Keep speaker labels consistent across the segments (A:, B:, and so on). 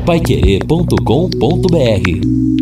A: paiquerê.com.br.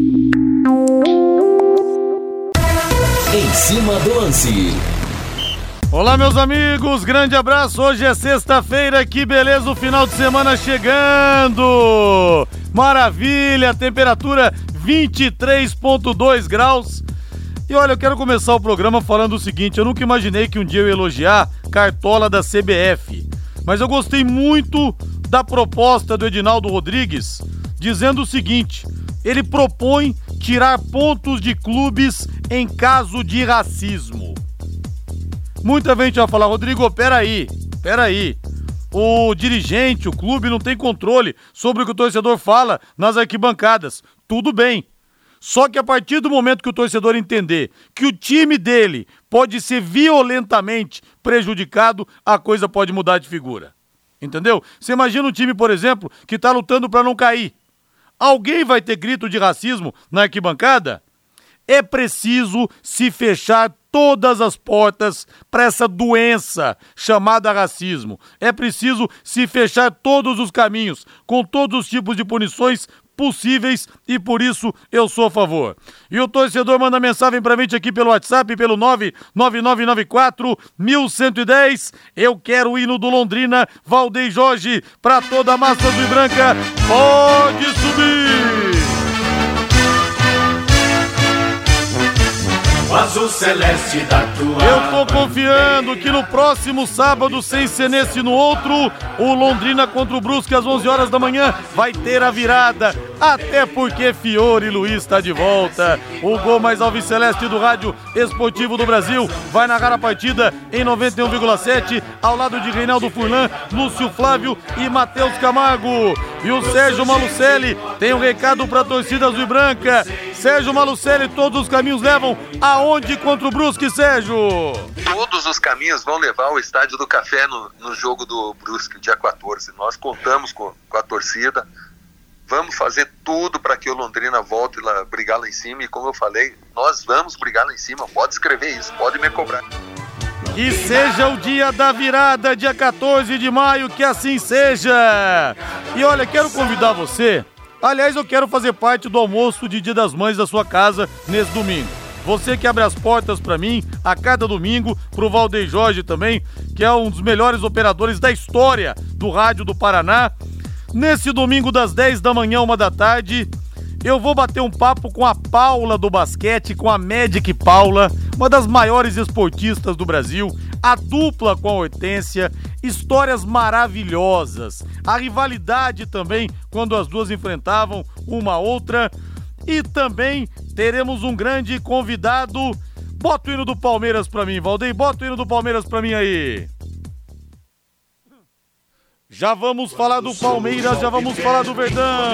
A: Em cima do lance.
B: Olá, meus amigos, grande abraço. Hoje é sexta-feira, que beleza, o final de semana chegando. Maravilha, temperatura 23,2 graus. E olha, eu quero começar o programa falando o seguinte: eu nunca imaginei que um dia eu ia elogiar Cartola da CBF, mas eu gostei muito da proposta do Edinaldo Rodrigues, dizendo o seguinte: ele propõe tirar pontos de clubes em caso de racismo. Muita gente vai falar: Rodrigo, peraí, o dirigente, o clube não tem controle sobre o que o torcedor fala nas arquibancadas. Tudo bem, só que a partir do momento que o torcedor entender que o time dele pode ser violentamente prejudicado, a coisa pode mudar de figura, entendeu? Você imagina um time, por exemplo, que está lutando para não cair. Alguém vai ter grito de racismo na arquibancada? É preciso se fechar todas as portas para essa doença chamada racismo. É preciso se fechar todos os caminhos, com todos os tipos de punições possíveis, e por isso eu sou a favor. E o torcedor manda mensagem pra gente aqui pelo WhatsApp, pelo 99994-1110. Eu quero o hino do Londrina, Valdeir Jorge, pra toda a massa azul e branca. Pode subir!
C: O azul celeste da tua.
B: Eu tô confiando que no próximo sábado, sem ser nesse no outro, o Londrina contra o Brusque às 11 horas da manhã vai ter a virada, até porque Fiore Luiz está de volta. O gol mais alviceleste do rádio esportivo do Brasil vai narrar a partida em 91,7 ao lado de Reinaldo Furlan, Lúcio Flávio e Matheus Camargo. E o Sérgio Malucelli tem um recado para a torcida azul e branca. Sérgio Malucelli, todos os caminhos levam aonde contra o Brusque, Sérgio?
D: Todos os caminhos vão levar ao Estádio do Café no jogo do Brusque, dia 14. Nós contamos com a torcida. Vamos fazer tudo para que o Londrina volte lá, brigar lá em cima. E como eu falei, nós vamos brigar lá em cima. Pode escrever isso, pode me cobrar.
B: Que seja o dia da virada, dia 14 de maio, que assim seja. E olha, quero convidar você. Aliás, eu quero fazer parte do almoço de Dia das Mães da sua casa nesse domingo. Você que abre as portas para mim a cada domingo, pro Valdeir Jorge também, que é um dos melhores operadores da história do rádio do Paraná. Nesse domingo das 10 da manhã, 1 da tarde, eu vou bater um papo com a Paula do basquete, com a Magic Paula, uma das maiores esportistas do Brasil, a dupla com a Hortência, histórias maravilhosas, a rivalidade também, quando as duas enfrentavam uma outra, e também teremos um grande convidado. Bota o hino do Palmeiras pra mim, Valdeir, bota o hino do Palmeiras pra mim aí. Já vamos falar do Palmeiras, já vamos falar do Verdão.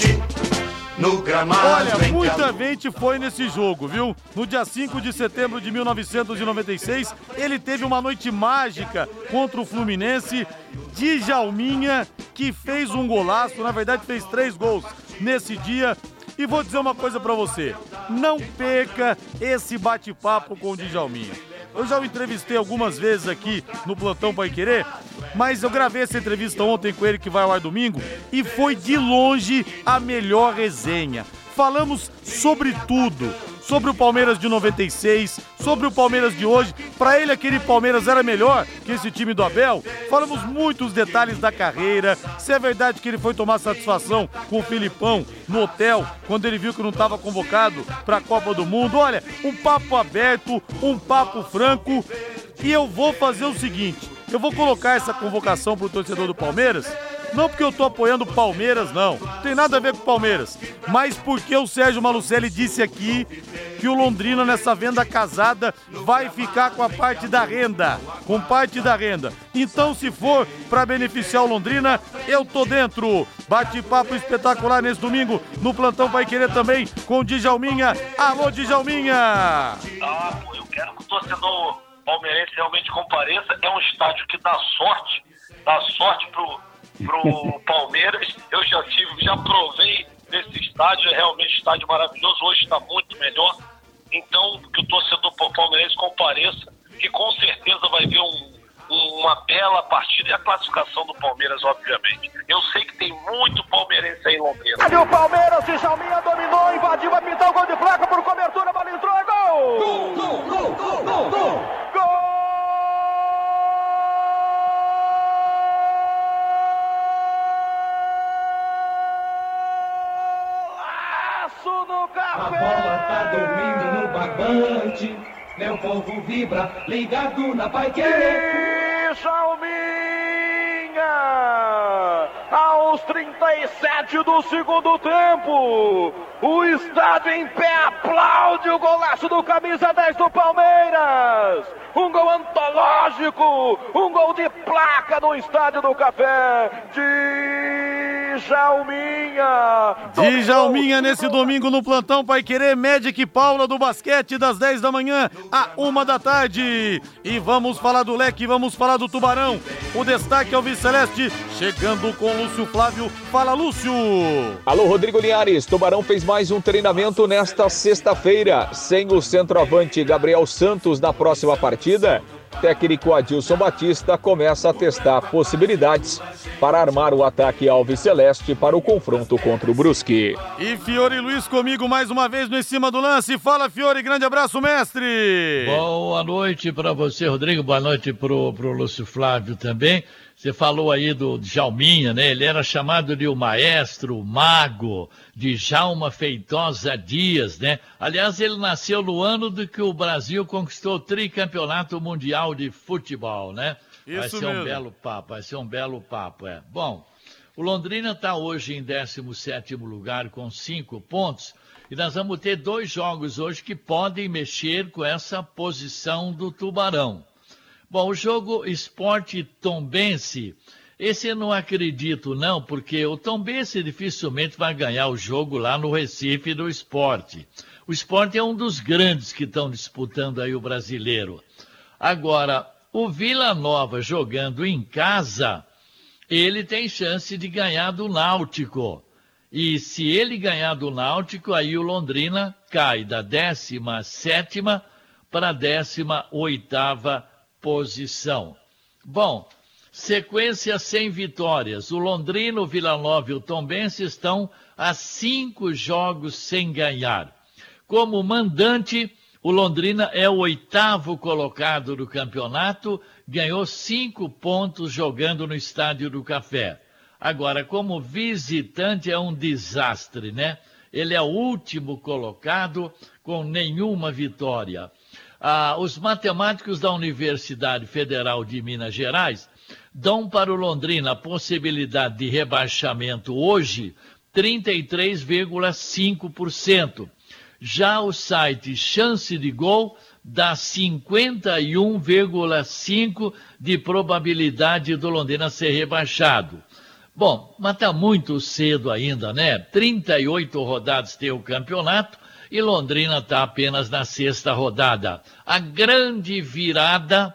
B: Olha, muita gente foi nesse jogo, viu? No dia 5 de setembro de 1996, ele teve uma noite mágica contra o Fluminense. Djalminha, que fez um golaço, na verdade fez 3 gols nesse dia. E vou dizer uma coisa pra você, não perca esse bate-papo com o Djalminha. Eu já o entrevistei algumas vezes aqui no Plantão Paiquerê, mas eu gravei essa entrevista ontem com ele, que vai ao ar domingo, e foi de longe a melhor resenha. Falamos sobre tudo, sobre o Palmeiras de 96, sobre o Palmeiras de hoje. Pra ele, aquele Palmeiras era melhor que esse time do Abel. Falamos muitos detalhes da carreira, se é verdade que ele foi tomar satisfação com o Filipão no hotel, quando ele viu que não estava convocado pra Copa do Mundo. Olha, um papo aberto, um papo franco. E eu vou fazer o seguinte, eu vou colocar essa convocação pro torcedor do Palmeiras, não porque eu tô apoiando o Palmeiras, não tem nada a ver com o Palmeiras, mas porque o Sérgio Malucelli disse aqui que o Londrina, nessa venda casada, vai ficar com a parte da renda, com parte da renda. Então, se for para beneficiar o Londrina, eu tô dentro. Bate-papo espetacular nesse domingo no Plantão Paiquerê também com o Djalminha. Alô, Djalminha!
E: Eu quero que o torcedor palmeirense realmente compareça. É um estádio que dá sorte pro Palmeiras. Eu já provei desse estádio, é realmente um estádio maravilhoso. Hoje está muito melhor. Então, que o torcedor palmeirense compareça, que com certeza vai ver uma bela partida, e a classificação do Palmeiras, obviamente. Eu sei que tem muito palmeirense aí em Londrina.
F: o Palmeiras, Djalminha dominou, invadiu, vai pintar o gol de placa por cobertura, a bola entrou, é gol! Gol! Gol! Gol! Gol! Gol! Gol! Golaço no café!
G: A bola tá dormindo no barbante, meu povo vibra, ligado na Paiquerê.
F: Djalminha! Aos 37 do segundo tempo, o estádio em pé aplaude o golaço do camisa 10 do Palmeiras. Um gol antológico, um gol de placa no Estádio do Café. Djalminha.
B: Djalminha nesse domingo no plantão Paiquerê, Magic Paula do basquete das 10 da manhã à 1 da tarde. E vamos falar do Leque, vamos falar do Tubarão. O destaque é o Viceleste, chegando com Lúcio Flávio. Fala, Lúcio!
H: Alô, Rodrigo Linhares. Tubarão fez mais um treinamento nesta sexta-feira. Sem o centroavante Gabriel Santos na próxima partida, técnico Adilson Batista começa a testar possibilidades para armar o ataque alviceleste para o confronto contra o Brusque.
B: E Fiore Luiz comigo mais uma vez no Em Cima do Lance. Fala, Fiore, grande abraço, mestre!
I: Boa noite para você, Rodrigo, boa noite pro Lúcio Flávio também. Você falou aí do Djalminha, né? Ele era chamado de o maestro, o mago, Djalma Feitosa Dias, né? Aliás, ele nasceu no ano do que o Brasil conquistou o tricampeonato mundial de futebol, né? Vai ser um belo papo, é. Bom, o Londrina está hoje em 17º lugar com 5 pontos e nós vamos ter 2 jogos hoje que podem mexer com essa posição do Tubarão. Bom, o jogo Sport Tombense, esse eu não acredito não, porque o Tombense dificilmente vai ganhar o jogo lá no Recife do Sport. O Sport é um dos grandes que estão disputando aí o brasileiro. Agora, o Vila Nova jogando em casa, ele tem chance de ganhar do Náutico. E se ele ganhar do Náutico, aí o Londrina cai da 17ª para a 18ª posição. Bom, sequência sem vitórias. O Londrina, o Vila Nova e o Tombense estão a 5 jogos sem ganhar. Como mandante, o Londrina é o 8º colocado do campeonato, ganhou 5 pontos jogando no Estádio do Café. Agora, como visitante é um desastre, né? Ele é o último colocado com nenhuma vitória. Os matemáticos da Universidade Federal de Minas Gerais dão para o Londrina a possibilidade de rebaixamento hoje 33,5%. Já o site Chance de Gol dá 51,5% de probabilidade do Londrina ser rebaixado. Bom, mas está muito cedo ainda, né? 38 rodadas tem o campeonato e Londrina está apenas na 6ª rodada. A grande virada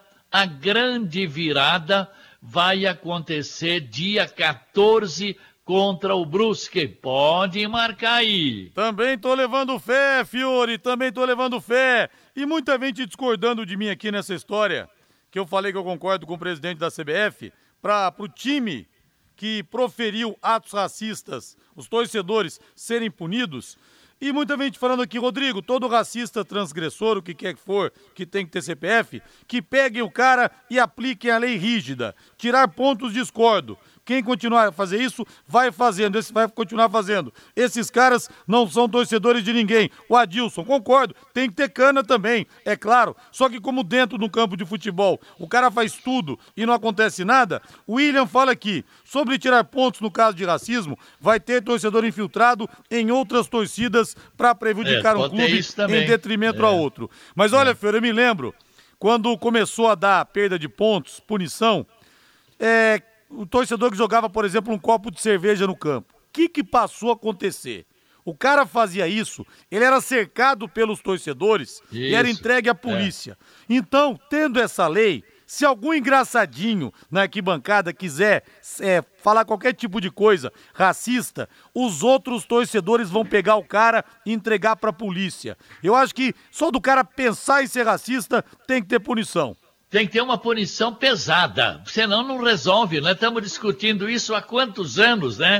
I: vai acontecer dia 14 contra o Brusque. Pode marcar aí.
B: Também tô levando fé, Fiore, também tô levando fé. E muita gente discordando de mim aqui nessa história, que eu falei que eu concordo com o presidente da CBF, pro time que proferiu atos racistas, os torcedores serem punidos. E muita gente falando aqui, Rodrigo, todo racista transgressor, o que quer que for, que tem que ter CPF, que peguem o cara e apliquem a lei rígida. Tirar pontos, discordo. Quem continuar a fazer isso, vai fazendo, vai continuar fazendo. Esses caras não são torcedores de ninguém. O Adilson, concordo, tem que ter cana também, é claro. Só que como dentro do campo de futebol, o cara faz tudo e não acontece nada, o William fala aqui, sobre tirar pontos no caso de racismo, vai ter torcedor infiltrado em outras torcidas para prejudicar um clube em detrimento a outro. Mas olha, Fiore, eu me lembro, quando começou a dar perda de pontos, punição, o torcedor que jogava, por exemplo, um copo de cerveja no campo. O que passou a acontecer? O cara fazia isso, ele era cercado pelos torcedores e era entregue à polícia. Então, tendo essa lei, se algum engraçadinho na arquibancada quiser falar qualquer tipo de coisa racista, os outros torcedores vão pegar o cara e entregar para a polícia. Eu acho que só do cara pensar em ser racista tem que ter punição.
I: Tem que ter uma punição pesada, senão não resolve. Nós estamos discutindo isso há quantos anos, né?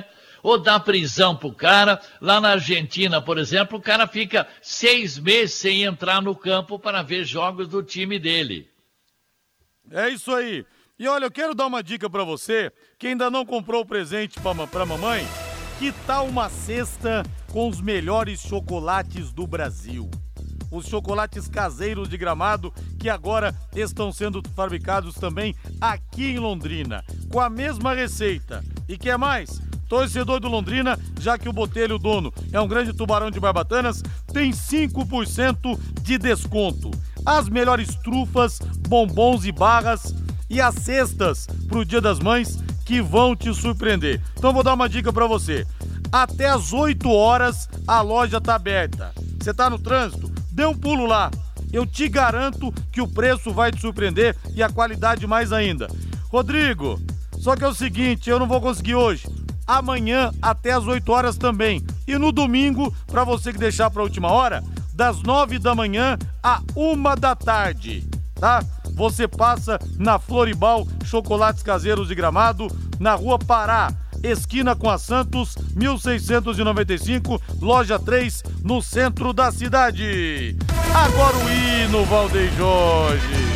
I: ou dá prisão pro cara. Lá na Argentina, por exemplo, o cara fica 6 meses sem entrar no campo para ver jogos do time dele.
B: É isso aí. E olha, eu quero dar uma dica pra você, que ainda não comprou o presente pra mamãe. Que tal uma cesta com os melhores chocolates do Brasil? Os chocolates caseiros de Gramado, que agora estão sendo fabricados também aqui em Londrina, com a mesma receita. E quer mais? Torcedor do Londrina, já que o Botelho, dono, é um grande tubarão de Barbatanas, tem 5% de desconto. As melhores trufas, bombons e barras e as cestas pro Dia das Mães que vão te surpreender. Então vou dar uma dica pra você. Até às 8 horas a loja tá aberta. Você tá no trânsito? Dê um pulo lá. Eu te garanto que o preço vai te surpreender e a qualidade mais ainda. Rodrigo, só que é o seguinte, eu não vou conseguir hoje. Amanhã até às 8 horas também. E no domingo, pra você que deixar pra última hora, das 9 da manhã à 1 da tarde, tá? Você passa na Floribal Chocolates Caseiros de Gramado, na Rua Pará, esquina com a Santos, 1695, loja 3, no centro da cidade. Agora o hino, Valdeir Jorge.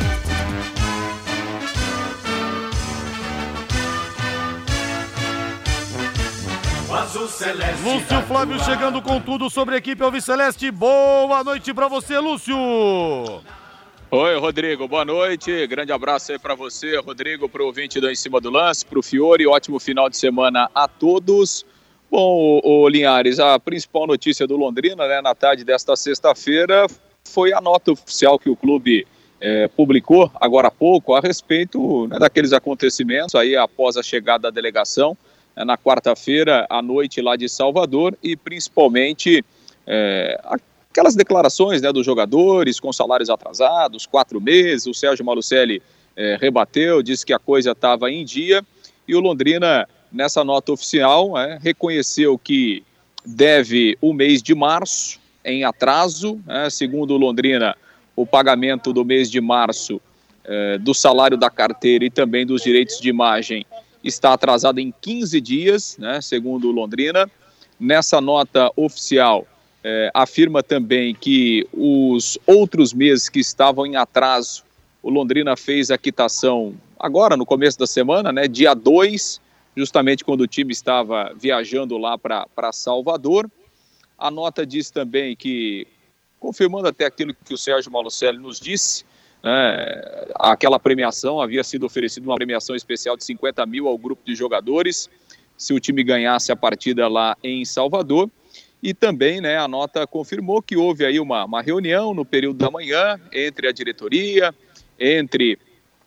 B: Lúcio Flávio chegando com tudo sobre a equipe Alviceleste. Boa noite pra você, Lúcio.
H: Oi, Rodrigo, boa noite, grande abraço aí para você, Rodrigo, para o ouvinte do Em Cima do Lance, para o Fiore, ótimo final de semana a todos. Bom, o Linhares, a principal notícia do Londrina, né, na tarde desta sexta-feira, foi a nota oficial que o clube publicou agora há pouco a respeito, né, daqueles acontecimentos aí após a chegada da delegação, na quarta-feira à noite lá de Salvador e principalmente aquelas declarações, né, dos jogadores com salários atrasados, 4 meses, o Sérgio Malucelli rebateu, disse que a coisa estava em dia, e o Londrina, nessa nota oficial, reconheceu que deve o mês de março em atraso, segundo o Londrina, o pagamento do mês de março do salário da carteira e também dos direitos de imagem está atrasado em 15 dias, né, segundo o Londrina. Nessa nota oficial, afirma também que os outros meses que estavam em atraso, o Londrina fez a quitação agora, no começo da semana, né, dia 2, justamente quando o time estava viajando lá para Salvador. A nota diz também que, confirmando até aquilo que o Sérgio Malucelli nos disse, aquela premiação, havia sido oferecida uma premiação especial de 50 mil ao grupo de jogadores, se o time ganhasse a partida lá em Salvador. E também, né, a nota confirmou que houve aí uma reunião no período da manhã entre a diretoria, entre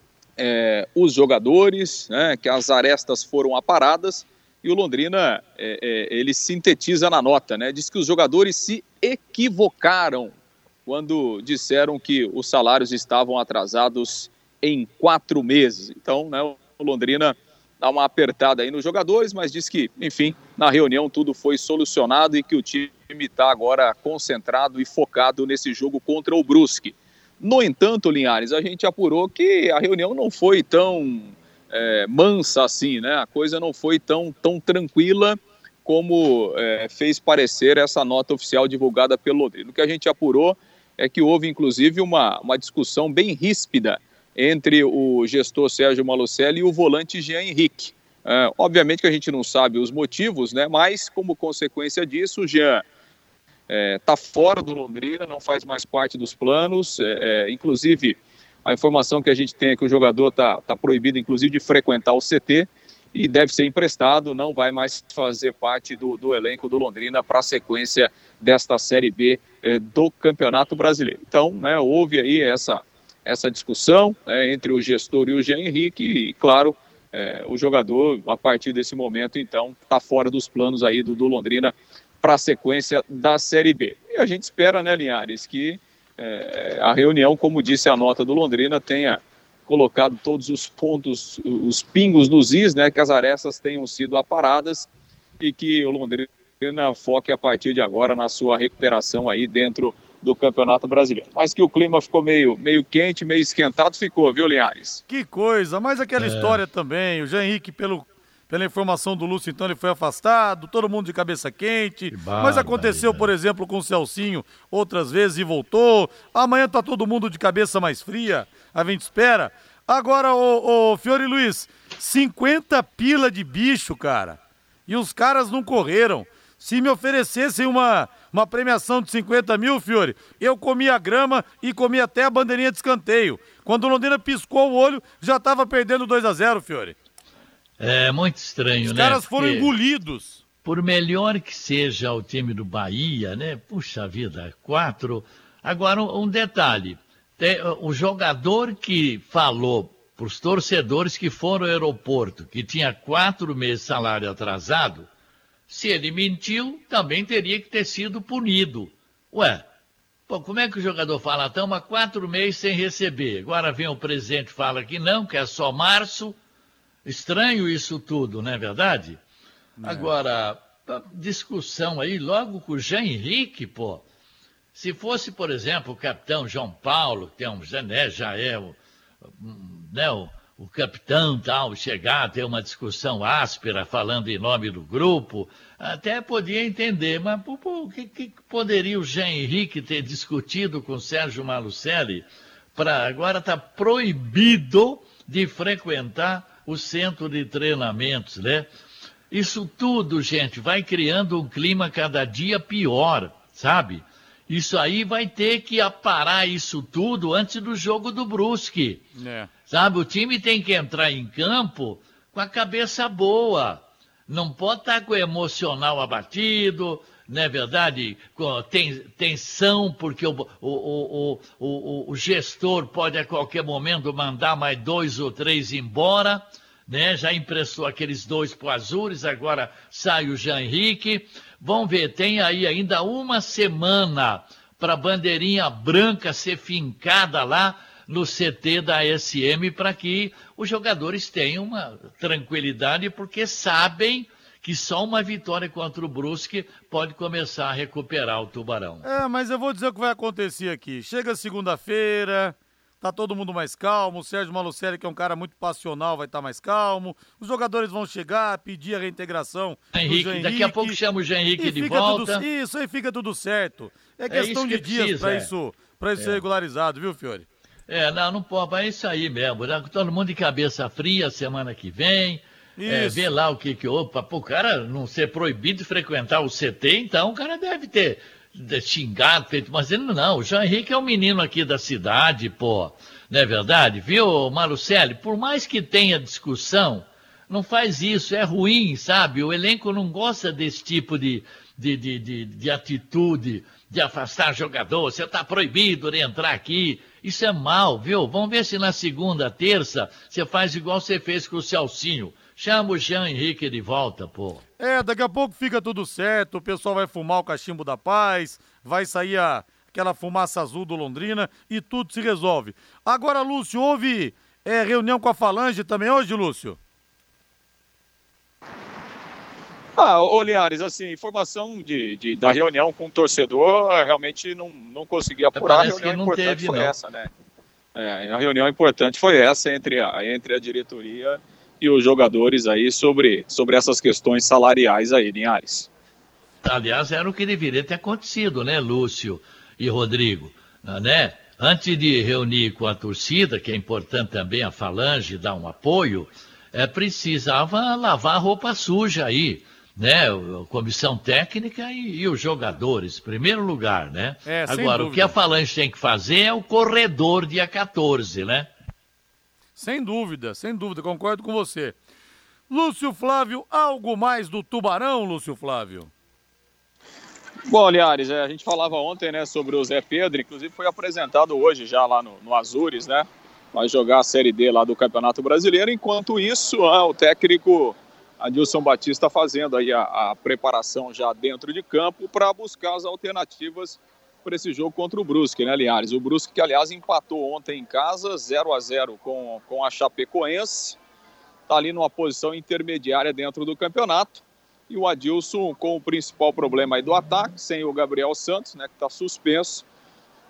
H: os jogadores, né, que as arestas foram aparadas, e o Londrina, ele sintetiza na nota, né, diz que os jogadores se equivocaram quando disseram que os salários estavam atrasados em 4 meses. Então, né, o Londrina dá uma apertada aí nos jogadores, mas diz que, enfim, na reunião tudo foi solucionado e que o time está agora concentrado e focado nesse jogo contra o Brusque. No entanto, Linhares, a gente apurou que a reunião não foi tão mansa assim, né? A coisa não foi tão tranquila como fez parecer essa nota oficial divulgada pelo Londrina. O que a gente apurou é que houve, inclusive, uma discussão bem ríspida entre o gestor Sérgio Malucelli e o volante Jean Henrique. Obviamente que a gente não sabe os motivos, né? Mas como consequência disso, o Jean está fora do Londrina, não faz mais parte dos planos. Inclusive, a informação que a gente tem é que o jogador está proibido, inclusive, de frequentar o CT e deve ser emprestado, não vai mais fazer parte do elenco do Londrina para a sequência desta Série B do Campeonato Brasileiro. Então, né, houve aí essa discussão entre o gestor e o Jean Henrique e, claro, o jogador, a partir desse momento, então, está fora dos planos aí do Londrina para a sequência da Série B. E a gente espera, né, Linhares, que a reunião, como disse a nota do Londrina, tenha colocado todos os pontos, os pingos nos is, né, que as arestas tenham sido aparadas e que o Londrina foque a partir de agora na sua recuperação aí dentro do Campeonato Brasileiro. Mas que o clima ficou meio quente, meio esquentado, ficou, viu, Linhares?
B: Que coisa, mas aquela história também, o Jean Henrique, pelo Pela informação do Lúcio, então, ele foi afastado, todo mundo de cabeça quente. Mas aconteceu, por exemplo, com o Celcinho outras vezes e voltou. Amanhã tá todo mundo de cabeça mais fria. A gente espera. Agora, ô Fiore Luiz, 50 pila de bicho, cara. E os caras não correram. Se me oferecessem uma premiação de 50 mil, Fiore, eu comia a grama e comia até a bandeirinha de escanteio. Quando o Londrina piscou o olho, já estava perdendo 2-0, Fiore.
I: É muito estranho, né?
B: Os caras foram engolidos.
I: Por melhor que seja o time do Bahia, né? Puxa vida, 4. Agora, um detalhe. O jogador que falou para os torcedores que foram ao aeroporto, que tinha 4 meses de salário atrasado, se ele mentiu, também teria que ter sido punido. Ué, pô, como é que o jogador fala? Estamos há 4 meses sem receber. Agora vem o presidente e fala que não, que é só março. Estranho isso tudo, não é verdade? Agora, discussão aí, logo com o Jean Henrique, pô. Se fosse, por exemplo, o capitão João Paulo, que tem já é o capitão tal, chegar a ter uma discussão áspera falando em nome do grupo, até podia entender, mas o que poderia o Jean Henrique ter discutido com o Sérgio Malucelli para agora estar proibido de frequentar o centro de treinamentos, né? Isso tudo, gente, vai criando um clima cada dia pior, sabe? Isso aí vai ter que aparar isso tudo antes do jogo do Brusque. Sabe, o time tem que entrar em campo com a cabeça boa. Não pode estar com o emocional abatido, não é verdade? Com tensão, porque o gestor pode a qualquer momento mandar mais 2 ou 3 embora, né? Já emprestou aqueles 2 para o Azures, agora sai o Jean Henrique. Vamos ver, tem aí ainda uma semana para a bandeirinha branca ser fincada lá no CT da SM para que os jogadores tenham uma tranquilidade, porque sabem que só uma vitória contra o Brusque pode começar a recuperar o Tubarão.
B: Mas eu vou dizer o que vai acontecer aqui. Chega segunda-feira, tá todo mundo mais calmo, o Sérgio Malucelli, que é um cara muito passional, vai estar mais calmo, os jogadores vão chegar, pedir a reintegração do Jean Henrique.
I: Daqui a pouco chama o Jean Henrique de volta.
B: Isso aí fica tudo certo. É questão de dias para isso ser regularizado, viu, Fiore?
I: Não pode, é isso aí mesmo, né? Todo mundo de cabeça fria semana que vem, vê lá o que houve, para o cara não ser proibido de frequentar o CT, então o cara deve ter xingado, feito, mas ele não, o Jean Henrique é um menino aqui da cidade, pô, não é verdade? Viu, Malucelli? Por mais que tenha discussão, não faz isso, é ruim, sabe? O elenco não gosta desse tipo de atitude, de afastar jogador, você está proibido de entrar aqui, isso é mal, viu? Vamos ver se na segunda, terça, você faz igual você fez com o Celcinho. Chama o Jean Henrique de volta, pô.
B: Daqui a pouco fica tudo certo, o pessoal vai fumar o cachimbo da paz, vai sair aquela fumaça azul do Londrina e tudo se resolve. Agora, Lúcio, houve reunião com a Falange também hoje, Lúcio?
H: Ô Linhares, assim, informação da reunião com o torcedor, realmente não consegui apurar. A reunião importante foi essa, né? A reunião importante foi essa entre a diretoria e os jogadores aí sobre essas questões salariais aí, Linhares.
I: Aliás, era o que deveria ter acontecido, né, Lúcio e Rodrigo, né? Antes de reunir com a torcida, que é importante também a Falange dar um apoio, precisava lavar a roupa suja aí, né? A comissão técnica e os jogadores, em primeiro lugar, né? Agora, o que a Falange tem que fazer é o corredor dia 14, né?
B: Sem dúvida, concordo com você. Lúcio Flávio, algo mais do Tubarão, Lúcio Flávio?
H: Bom, Linhares, a gente falava ontem, né, sobre o Zé Pedro, inclusive foi apresentado hoje já lá no Azures, né? Vai jogar a Série D lá do Campeonato Brasileiro. Enquanto isso, o técnico Adilson Batista fazendo aí a preparação já dentro de campo para buscar as alternativas para esse jogo contra o Brusque, né, Linhares? O Brusque, que aliás empatou ontem em casa, 0-0 com a Chapecoense, está ali numa posição intermediária dentro do campeonato. E o Adilson com o principal problema aí do ataque, sem o Gabriel Santos, né, que está suspenso,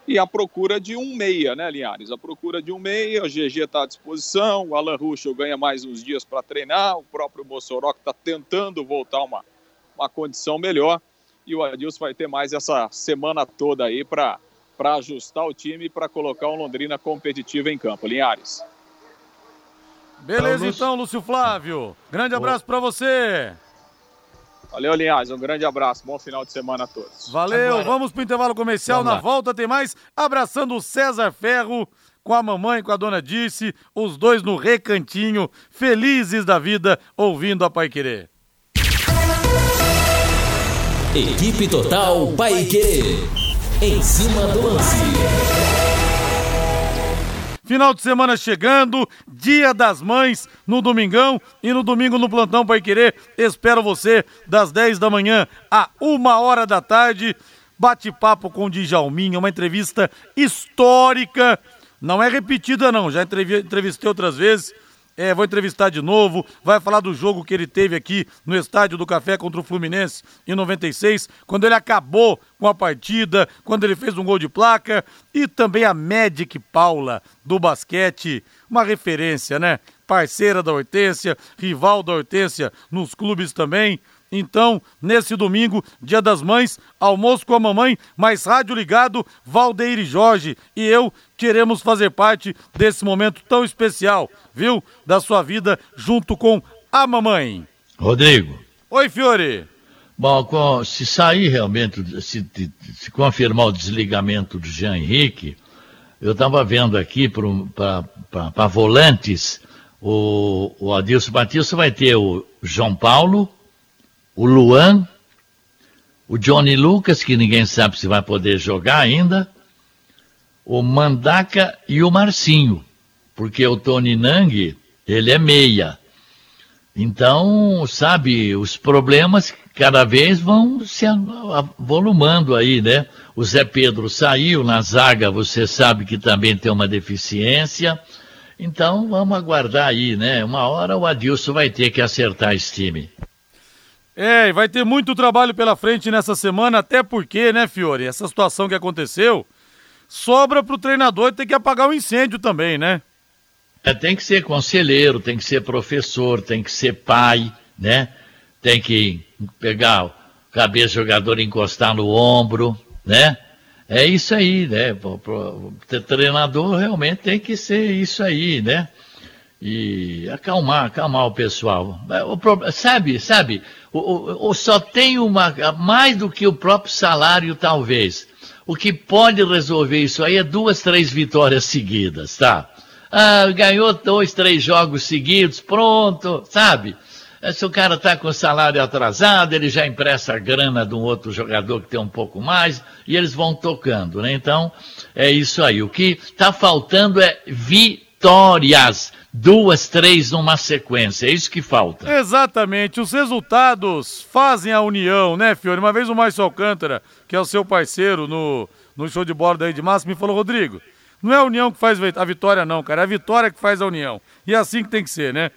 H: e a procura de um meia, né, Linhares? A procura de um meia, o GG está à disposição, o Alan Ruschel ganha mais uns dias para treinar, o próprio Mossoró que está tentando voltar uma condição melhor, e o Adilson vai ter mais essa semana toda aí para ajustar o time e para colocar o Londrina competitivo em campo. Linhares.
B: Beleza então, Lúcio Flávio. Grande abraço para você.
H: Valeu, Linhares. Um grande abraço. Bom final de semana a todos.
B: Valeu. Agora, vamos pro intervalo comercial. Na volta tem mais. Abraçando o César Ferro com a mamãe, com a dona Dirce. Os dois no recantinho, felizes da vida, ouvindo a Paiquerê.
A: Equipe Total Paiquerê. Em cima do lance.
B: Final de semana chegando, Dia das Mães no domingão e no domingo no Plantão Paiquerê. Espero você das 10 da manhã a 1h da tarde. Bate-papo com o Djalminha, uma entrevista histórica. Não é repetida não, já entrevistei outras vezes. Vou entrevistar de novo, vai falar do jogo que ele teve aqui no Estádio do Café contra o Fluminense em 96, quando ele acabou com a partida, quando ele fez um gol de placa, e também a Magic Paula do basquete, uma referência, né? Parceira da Hortência, rival da Hortência nos clubes também. Então, nesse domingo, Dia das Mães, almoço com a mamãe, mais rádio ligado, Valdeir e Jorge e eu queremos fazer parte desse momento tão especial, viu? Da sua vida, junto com a mamãe.
I: Rodrigo.
B: Oi, Fiore.
I: Bom, se sair realmente, se confirmar o desligamento do Jean Henrique, eu estava vendo aqui para volantes, o Adilson Batista vai ter o João Paulo, o Luan, o Johnny Lucas, que ninguém sabe se vai poder jogar ainda, o Mandaca e o Marcinho, porque o Tony Nang, ele é meia. Então, sabe, os problemas cada vez vão se avolumando aí, né? O Zé Pedro saiu, na zaga você sabe que também tem uma deficiência. Então, vamos aguardar aí, né? Uma hora o Adilson vai ter que acertar esse time.
B: E vai ter muito trabalho pela frente nessa semana, até porque, né, Fiore, essa situação que aconteceu, sobra pro treinador ter que apagar o incêndio também, né?
I: Tem que ser conselheiro, tem que ser professor, tem que ser pai, né? Tem que pegar o cabeça do jogador e encostar no ombro, né? É isso aí, né? O treinador realmente tem que ser isso aí, né? E acalmar o pessoal. Sabe, só tem mais do que o próprio salário, talvez. O que pode resolver isso aí é 2, 3 vitórias seguidas, tá? Ganhou 2, 3 jogos seguidos, pronto, sabe? Se o cara tá com o salário atrasado, ele já empresta a grana de um outro jogador que tem um pouco mais, e eles vão tocando, né? Então, é isso aí. O que tá faltando é vitórias. 2, 3 numa sequência, é isso que falta.
B: Exatamente, os resultados fazem a união, né, Fiore? Uma vez o Márcio Alcântara, que é o seu parceiro no show de bola da Rede Massa, me falou, Rodrigo, não é a união que faz a vitória não, cara, é a vitória que faz a união. E é assim que tem que ser, né?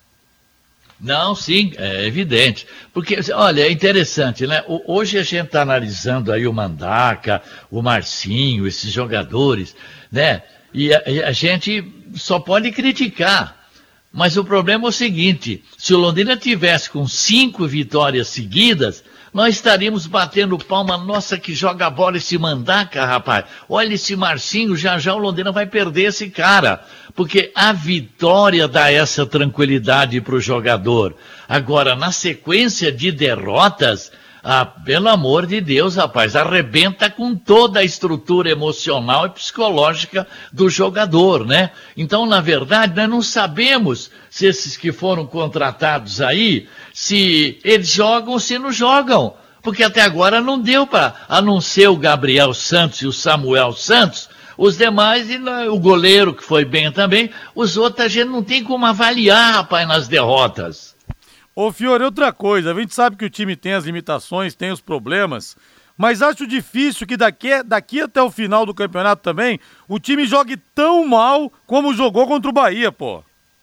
I: Não, sim, é evidente. Porque, olha, é interessante, né? Hoje a gente está analisando aí o Mandaca, o Marcinho, esses jogadores, né? E a gente só pode criticar. Mas o problema é o seguinte, se o Londrina tivesse com 5 vitórias seguidas, nós estaríamos batendo palma, nossa, que joga a bola esse Mandaca, rapaz. Olha esse Marcinho, já o Londrina vai perder esse cara. Porque a vitória dá essa tranquilidade para o jogador. Agora, na sequência de derrotas, pelo amor de Deus, rapaz, arrebenta com toda a estrutura emocional e psicológica do jogador, né? Então, na verdade, nós não sabemos se esses que foram contratados aí, se eles jogam ou se não jogam. Porque até agora não deu para, a não ser o Gabriel Santos e o Samuel Santos, os demais, e o goleiro que foi bem também, os outros a gente não tem como avaliar, rapaz, nas derrotas.
B: Ô Fiore, outra coisa, a gente sabe que o time tem as limitações, tem os problemas, mas acho difícil que daqui até o final do campeonato também, o time jogue tão mal como jogou contra o Bahia, pô.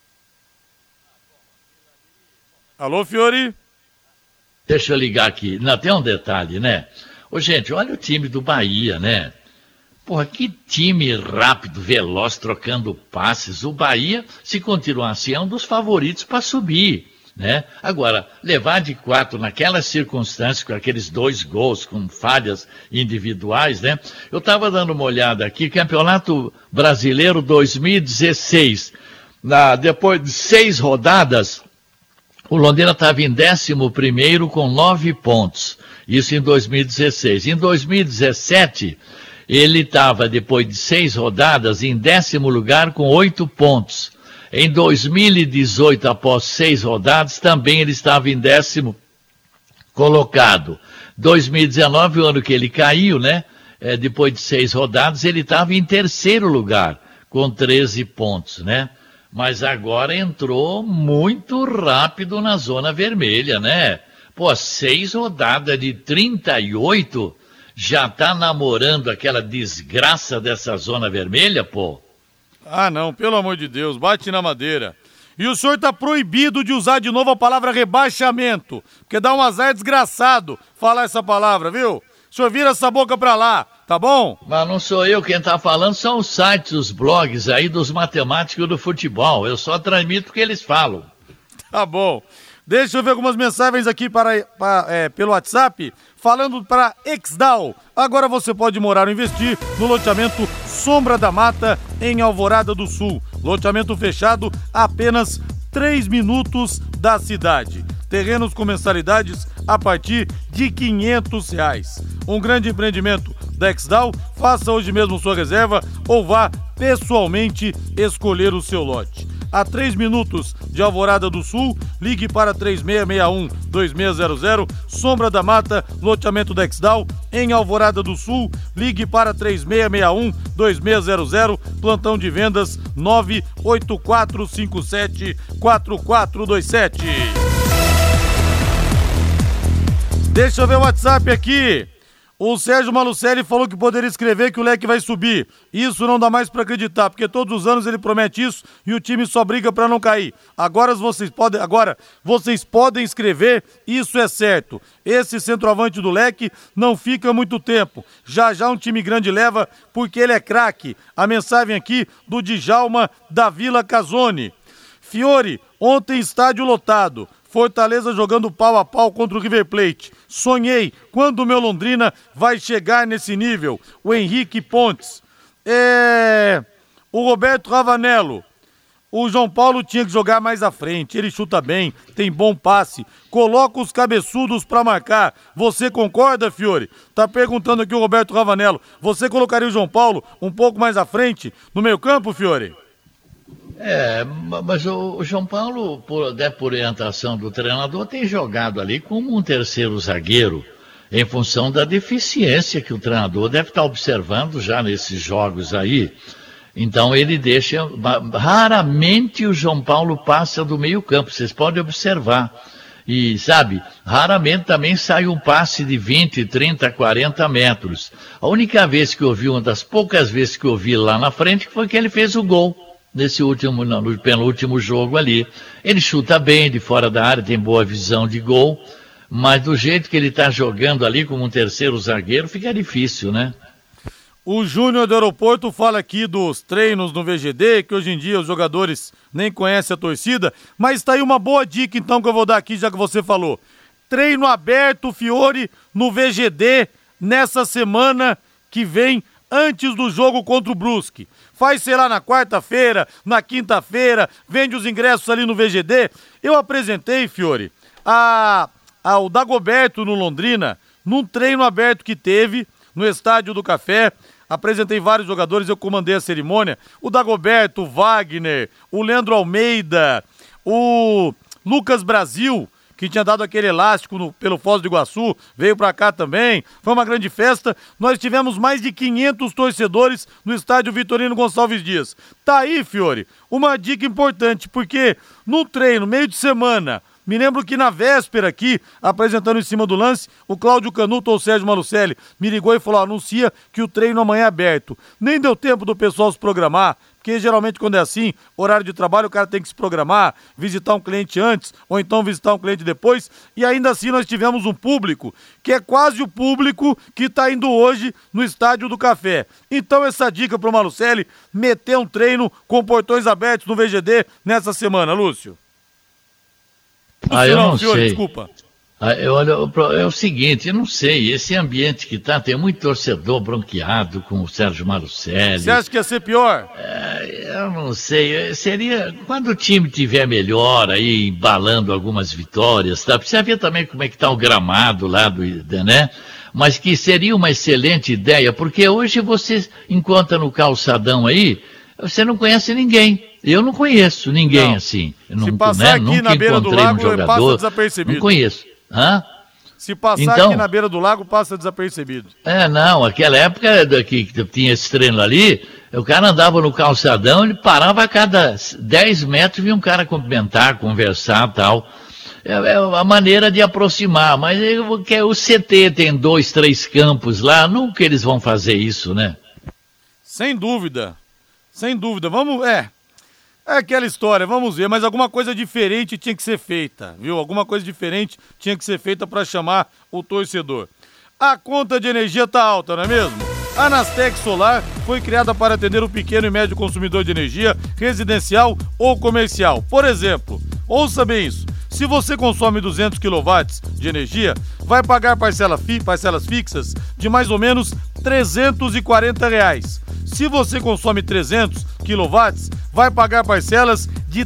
B: Alô, Fiore?
I: Deixa eu ligar aqui, não, tem um detalhe, né? Ô gente, olha o time do Bahia, né? Porra, que time rápido, veloz, trocando passes. O Bahia, se continuar assim, é um dos favoritos para subir, né? Agora, levar de 4 naquelas circunstâncias, com aqueles 2 gols, com falhas individuais, né? Eu estava dando uma olhada aqui, Campeonato Brasileiro 2016. Depois de 6 rodadas, o Londrina estava em 11º com 9 pontos. Isso em 2016. Em 2017... ele estava, depois de 6 rodadas, em 10º lugar com 8 pontos. Em 2018, após 6 rodadas, também ele estava em 10º colocado. 2019, o ano que ele caiu, né? Depois de 6 rodadas, ele estava em 3º lugar, com 13 pontos, né? Mas agora entrou muito rápido na zona vermelha, né? Pô, 6 rodadas de 38... já tá namorando aquela desgraça dessa zona vermelha, pô?
B: Ah, não, pelo amor de Deus, bate na madeira. E o senhor tá proibido de usar de novo a palavra rebaixamento, porque dá um azar desgraçado falar essa palavra, viu? O senhor vira essa boca pra lá, tá bom?
I: Mas não sou eu quem tá falando, são os sites, os blogs aí dos matemáticos do futebol. Eu só transmito o que eles falam.
B: Tá bom. Deixa eu ver algumas mensagens aqui pelo WhatsApp, falando para Exdal. Agora você pode morar ou investir no loteamento Sombra da Mata, em Alvorada do Sul. Loteamento fechado a apenas 3 minutos da cidade. Terrenos com mensalidades a partir de R$500. Um grande empreendimento da Exdal. Faça hoje mesmo sua reserva ou vá pessoalmente escolher o seu lote. A 3 minutos de Alvorada do Sul, ligue para 3661-2600, Sombra da Mata, loteamento da Exdal, em Alvorada do Sul, ligue para 3661-2600, plantão de vendas 98457-4427. Deixa eu ver o WhatsApp aqui. O Sérgio Malucelli falou que poderia escrever que o Leque vai subir. Isso não dá mais pra acreditar, porque todos os anos ele promete isso e o time só briga pra não cair. Agora vocês podem escrever, isso é certo. Esse centroavante do Leque não fica muito tempo. Já um time grande leva, porque ele é craque. A mensagem aqui do Djalma da Vila Casone. Fiore, ontem estádio lotado. Fortaleza jogando pau a pau contra o River Plate. Sonhei quando o meu Londrina vai chegar nesse nível. O Henrique Pontes. O Roberto Ravanello. O João Paulo tinha que jogar mais à frente. Ele chuta bem, tem bom passe. Coloca os cabeçudos pra marcar. Você concorda, Fiore? Tá perguntando aqui o Roberto Ravanello. Você colocaria o João Paulo um pouco mais à frente no meio campo, Fiore?
I: Mas o João Paulo, por orientação do treinador, tem jogado ali como um terceiro zagueiro, em função da deficiência que o treinador deve estar observando já nesses jogos aí. Então ele deixa, raramente o João Paulo passa do meio campo, vocês podem observar. E, sabe, raramente também sai um passe de 20, 30, 40 metros. A única vez que eu vi, uma das poucas vezes que eu vi lá na frente, foi que ele fez o gol. No penúltimo jogo ali. Ele chuta bem de fora da área, tem boa visão de gol, mas do jeito que ele está jogando ali como um terceiro zagueiro, fica difícil, né?
B: O Júnior do Aeroporto fala aqui dos treinos no VGD, que hoje em dia os jogadores nem conhecem a torcida, mas tá aí uma boa dica então que eu vou dar aqui, já que você falou. Treino aberto, Fiore, no VGD, nessa semana que vem, antes do jogo contra o Brusque. Faz, sei lá, na quarta-feira, na quinta-feira, vende os ingressos ali no VGD. Eu apresentei, Fiore, ao Dagoberto no Londrina, num treino aberto que teve no Estádio do Café. Apresentei vários jogadores, eu comandei a cerimônia. O Dagoberto, o Wagner, o Leandro Almeida, o Lucas Brasil, que tinha dado aquele elástico pelo Foz do Iguaçu, veio pra cá também. Foi uma grande festa. Nós tivemos mais de 500 torcedores no estádio Vitorino Gonçalves Dias. Tá aí, Fiore, uma dica importante, porque no treino, meio de semana, Me lembro que na véspera aqui, apresentando em cima do lance, o Cláudio Canuto ou o Sérgio Malucelli me ligou e falou, anuncia que o treino amanhã é aberto. Nem deu tempo do pessoal se programar, porque geralmente quando é assim, horário de trabalho, o cara tem que se programar, visitar um cliente antes, ou então visitar um cliente depois, e ainda assim nós tivemos um público, que é quase o público que está indo hoje no Estádio do Café. Então essa dica pro Malucelli, meter um treino com portões abertos no VGD nessa semana, Lúcio.
I: Eu não
B: Fiore,
I: sei.
B: Desculpa.
I: É o seguinte, eu não sei, esse ambiente que tem muito torcedor bronqueado com o Sérgio Malucelli.
B: Você acha que ia ser pior?
I: Eu não sei, seria, quando o time tiver melhor aí, embalando algumas vitórias, tá? Precisa ver também como é que tá o gramado lá né? Mas que seria uma excelente ideia, porque hoje você encontra no calçadão aí, você não conhece ninguém. Eu não conheço ninguém assim.
B: Se passar aqui na beira do lago, passa desapercebido.
I: Não conheço. Hã?
B: Se passar aqui na beira do lago, passa desapercebido.
I: Não, aquela época que tinha esse treino ali, o cara andava no calçadão, ele parava a cada 10 metros, via um cara cumprimentar, conversar e tal. É a maneira de aproximar, mas o CT tem 2, 3 campos lá, nunca eles vão fazer isso, né?
B: Sem dúvida, vamos, é aquela história, vamos ver, mas alguma coisa diferente tinha que ser feita, viu? Alguma coisa diferente tinha que ser feita para chamar o torcedor. A conta de energia tá alta, não é mesmo? A Anastec Solar foi criada para atender o pequeno e médio consumidor de energia residencial ou comercial. Por exemplo, ouça bem isso, se você consome 200 kW de energia, vai pagar parcelas fixas de mais ou menos R$340. Se você consome 300 kW, vai pagar parcelas de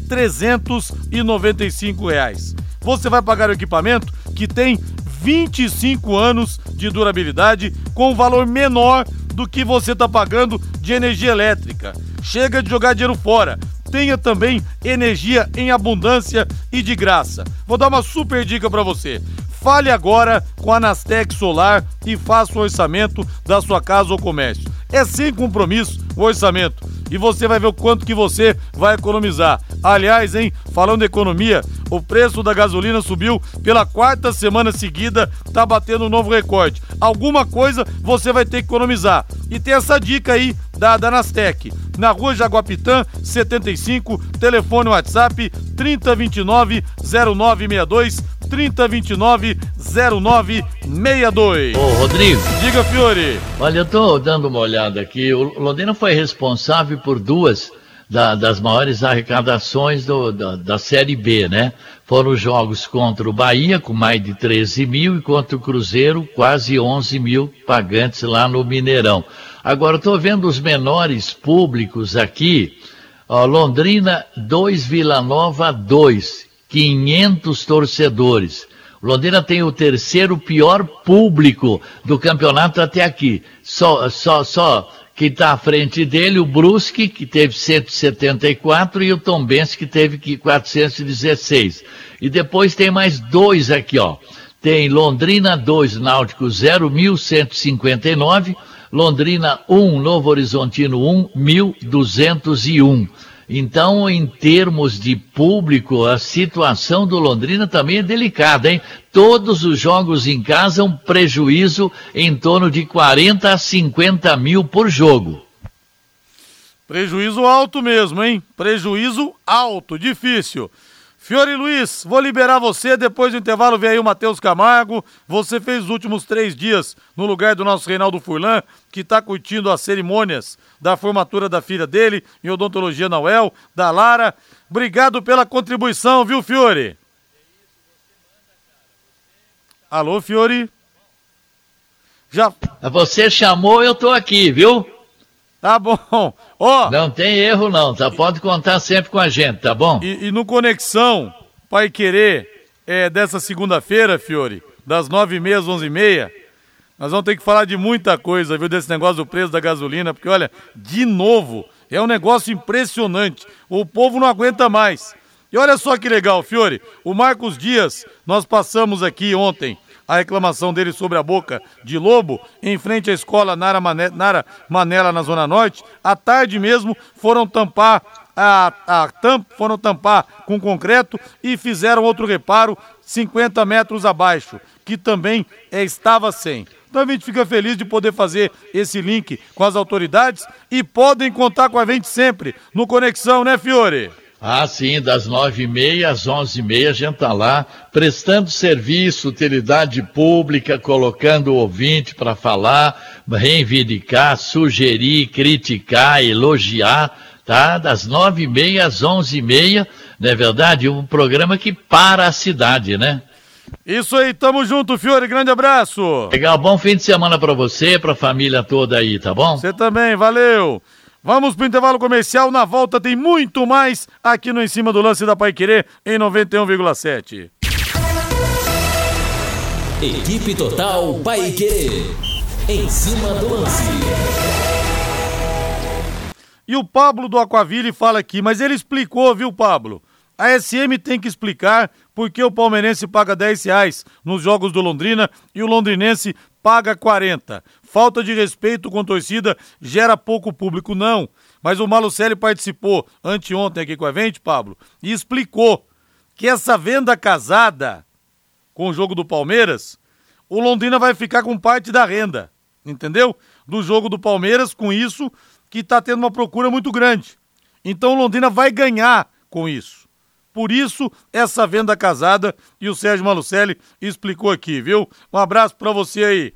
B: R$395. Você vai pagar o equipamento que tem 25 anos de durabilidade com um valor menor do que você está pagando de energia elétrica. Chega de jogar dinheiro fora. Tenha também energia em abundância e de graça. Vou dar uma super dica para você. Fale agora com a Anastec Solar e faça o orçamento da sua casa ou comércio. É sem compromisso o orçamento e você vai ver o quanto que você vai economizar. Aliás, falando em economia, o preço da gasolina subiu pela 4ª semana seguida, tá batendo um novo recorde. Alguma coisa você vai ter que economizar. E tem essa dica aí da Anastec. Na rua Jaguapitã, 75, telefone WhatsApp 3029-0962, 3029-0962.
I: Ô, Rodrigo.
B: Diga, Fiore.
I: Olha, eu tô dando uma olhada aqui. O Londrina foi responsável por 2 das maiores arrecadações da Série B, né? Foram os jogos contra o Bahia, com mais de 13 mil, e contra o Cruzeiro, quase 11 mil pagantes lá no Mineirão. Agora, estou vendo os menores públicos aqui. Londrina 2, Vila Nova 2, 500 torcedores. Londrina tem o 3º pior público do campeonato até aqui. Só que está à frente dele o Brusque, que teve 174, e o Tombense, que teve 416. E depois tem mais 2 aqui, ó. Tem Londrina 2, Náutico 0, 1.159, Londrina 1, Novo Horizontino 1, 1.201. Então, em termos de público, a situação do Londrina também é delicada, hein? Todos os jogos em casa, um prejuízo em torno de 40 a 50 mil por jogo.
B: Prejuízo alto mesmo, hein? Prejuízo alto, difícil. Fiore Luiz, vou liberar você, depois do intervalo vem aí o Matheus Camargo. Você fez os últimos 3 dias no lugar do nosso Reinaldo Furlan, que está curtindo as cerimônias da formatura da filha dele, em odontologia na UEL, da Lara. Obrigado pela contribuição, viu, Fiore? Alô, Fiore? Já...
I: Você chamou, eu tô aqui, viu?
B: Tá bom.
I: Não tem erro não, tá? Pode contar sempre com a gente, tá bom?
B: E no Conexão Paiquerê dessa segunda-feira, Fiore, das 9h30 às 11h30, nós vamos ter que falar de muita coisa, viu, desse negócio do preço da gasolina, porque, olha, de novo, é um negócio impressionante. O povo não aguenta mais. E olha só que legal, Fiore, o Marcos Dias, nós passamos aqui ontem a reclamação dele sobre a boca de lobo, em frente à escola Nara Manela, na Zona Norte. À tarde mesmo, foram tampar foram tampar com concreto e fizeram outro reparo 50 metros abaixo, que também estava sem. Então a gente fica feliz de poder fazer esse link com as autoridades e podem contar com a gente sempre no Conexão, né, Fiore?
I: Ah, sim, das 9h30 às 11h30 a gente tá lá prestando serviço, utilidade pública, colocando o ouvinte para falar, reivindicar, sugerir, criticar, elogiar, tá? Das 9h30 às 11h30, não é verdade? Um programa que para a cidade, né?
B: Isso aí, tamo junto, Fiore, grande abraço.
I: Legal, bom fim de semana pra você, pra família toda aí, tá bom?
B: Você também, valeu. Vamos pro intervalo comercial, na volta tem muito mais aqui no Em Cima do Lance da Paiquerê em 91,7.
A: Equipe Total Paiquerê, Em Cima do Lance.
B: E o Pablo do Aquaville fala aqui, mas ele explicou, viu, Pablo? A SM tem que explicar por que o palmeirense paga R$10 nos jogos do Londrina e o londrinense paga 40. Falta de respeito com torcida gera pouco público, não. Mas o Malucelli participou anteontem aqui com a gente, Pablo, e explicou que essa venda casada com o jogo do Palmeiras, o Londrina vai ficar com parte da renda, entendeu? Do jogo do Palmeiras, com isso, que tá tendo uma procura muito grande. Então o Londrina vai ganhar com isso. Por isso, essa venda casada, e o Sérgio Malucelli explicou aqui, viu? Um abraço pra você aí.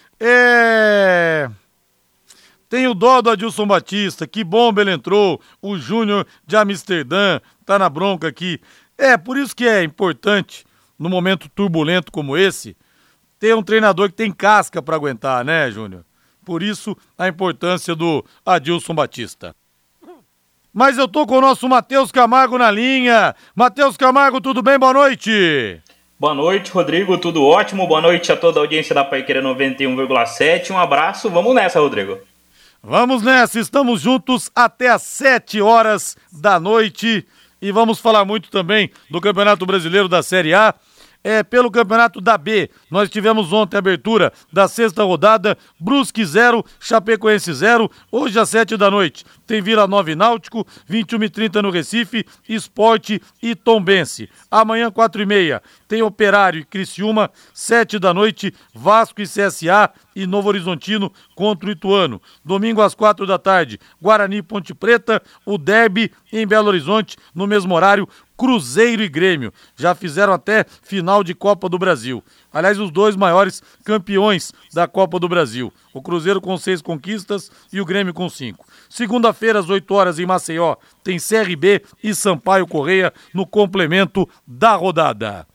B: Tem o dó do Adilson Batista, que bomba ele entrou, o Júnior de Amsterdã, tá na bronca aqui. Por isso que é importante, num momento turbulento como esse, ter um treinador que tem casca pra aguentar, né, Júnior? Por isso, a importância do Adilson Batista. Mas eu tô com o nosso Matheus Camargo na linha. Matheus Camargo, tudo bem? Boa noite.
J: Boa noite, Rodrigo, tudo ótimo. Boa noite a toda a audiência da Paiquerê 91,7. Um abraço, vamos nessa, Rodrigo.
B: Vamos nessa, estamos juntos até às 7 horas da noite. E vamos falar muito também do Campeonato Brasileiro da Série A. Pelo Campeonato da B, nós tivemos ontem a abertura da 6ª rodada, Brusque 0, Chapecoense 0, hoje às 7 da noite tem Vila Nova e Náutico, 21h30 no Recife, Sport e Tombense. Amanhã 4h30 tem Operário e Criciúma, 7 da noite, Vasco e CSA e Novo Horizontino contra o Ituano. Domingo às 4 da tarde, Guarani e Ponte Preta, o derby em Belo Horizonte, no mesmo horário, Cruzeiro e Grêmio, já fizeram até final de Copa do Brasil. Aliás, os dois maiores campeões da Copa do Brasil. O Cruzeiro com 6 conquistas e o Grêmio com 5. Segunda-feira, às 8 horas, em Maceió, tem CRB e Sampaio Correia no complemento da rodada.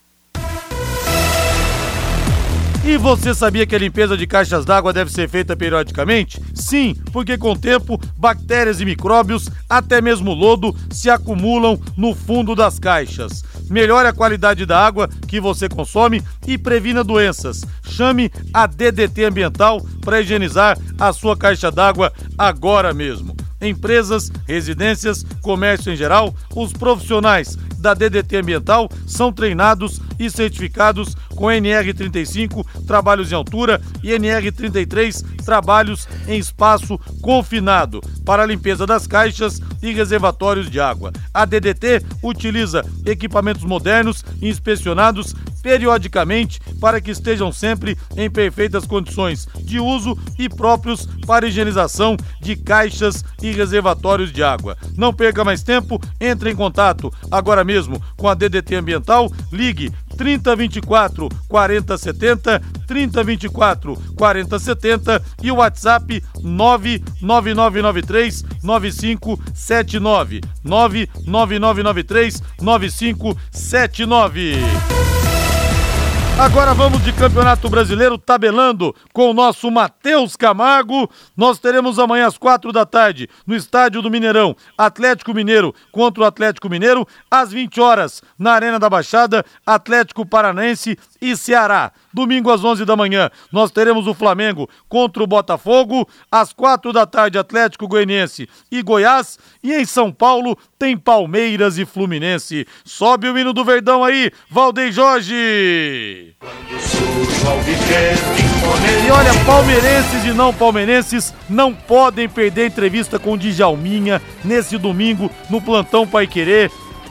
B: E você sabia que a limpeza de caixas d'água deve ser feita periodicamente? Sim, porque com o tempo, bactérias e micróbios, até mesmo lodo, se acumulam no fundo das caixas. Melhore a qualidade da água que você consome e previna doenças. Chame a DDT Ambiental para higienizar a sua caixa d'água agora mesmo. Empresas, residências, comércio em geral, os profissionais da DDT Ambiental são treinados e certificados com NR35, trabalhos em altura, e NR33, trabalhos em espaço confinado, para a limpeza das caixas e reservatórios de água. A DDT utiliza equipamentos modernos e inspecionados periodicamente para que estejam sempre em perfeitas condições de uso e próprios para higienização de caixas e reservatórios de água. Não perca mais tempo, entre em contato agora mesmo com a DDT Ambiental, ligue 3024 4070, 3024 4070 e o WhatsApp 99993 9579, 99993 9579. Agora vamos de Campeonato Brasileiro, tabelando com o nosso Matheus Camargo. Nós teremos amanhã às 4 da tarde, no Estádio do Mineirão, Atlético Mineiro contra o Atlético Mineiro. Às 20 horas, na Arena da Baixada, Atlético Paranaense e Ceará. Domingo às 11 da manhã, nós teremos o Flamengo contra o Botafogo. Às 4 da tarde, Atlético Goianiense e Goiás. E em São Paulo, tem Palmeiras e Fluminense. Sobe o hino do Verdão aí, Valdeir Jorge!
C: Quando surge
B: E olha, palmeirenses e não palmeirenses não podem perder a entrevista com o Djalminha nesse domingo no Plantão Paiquerê,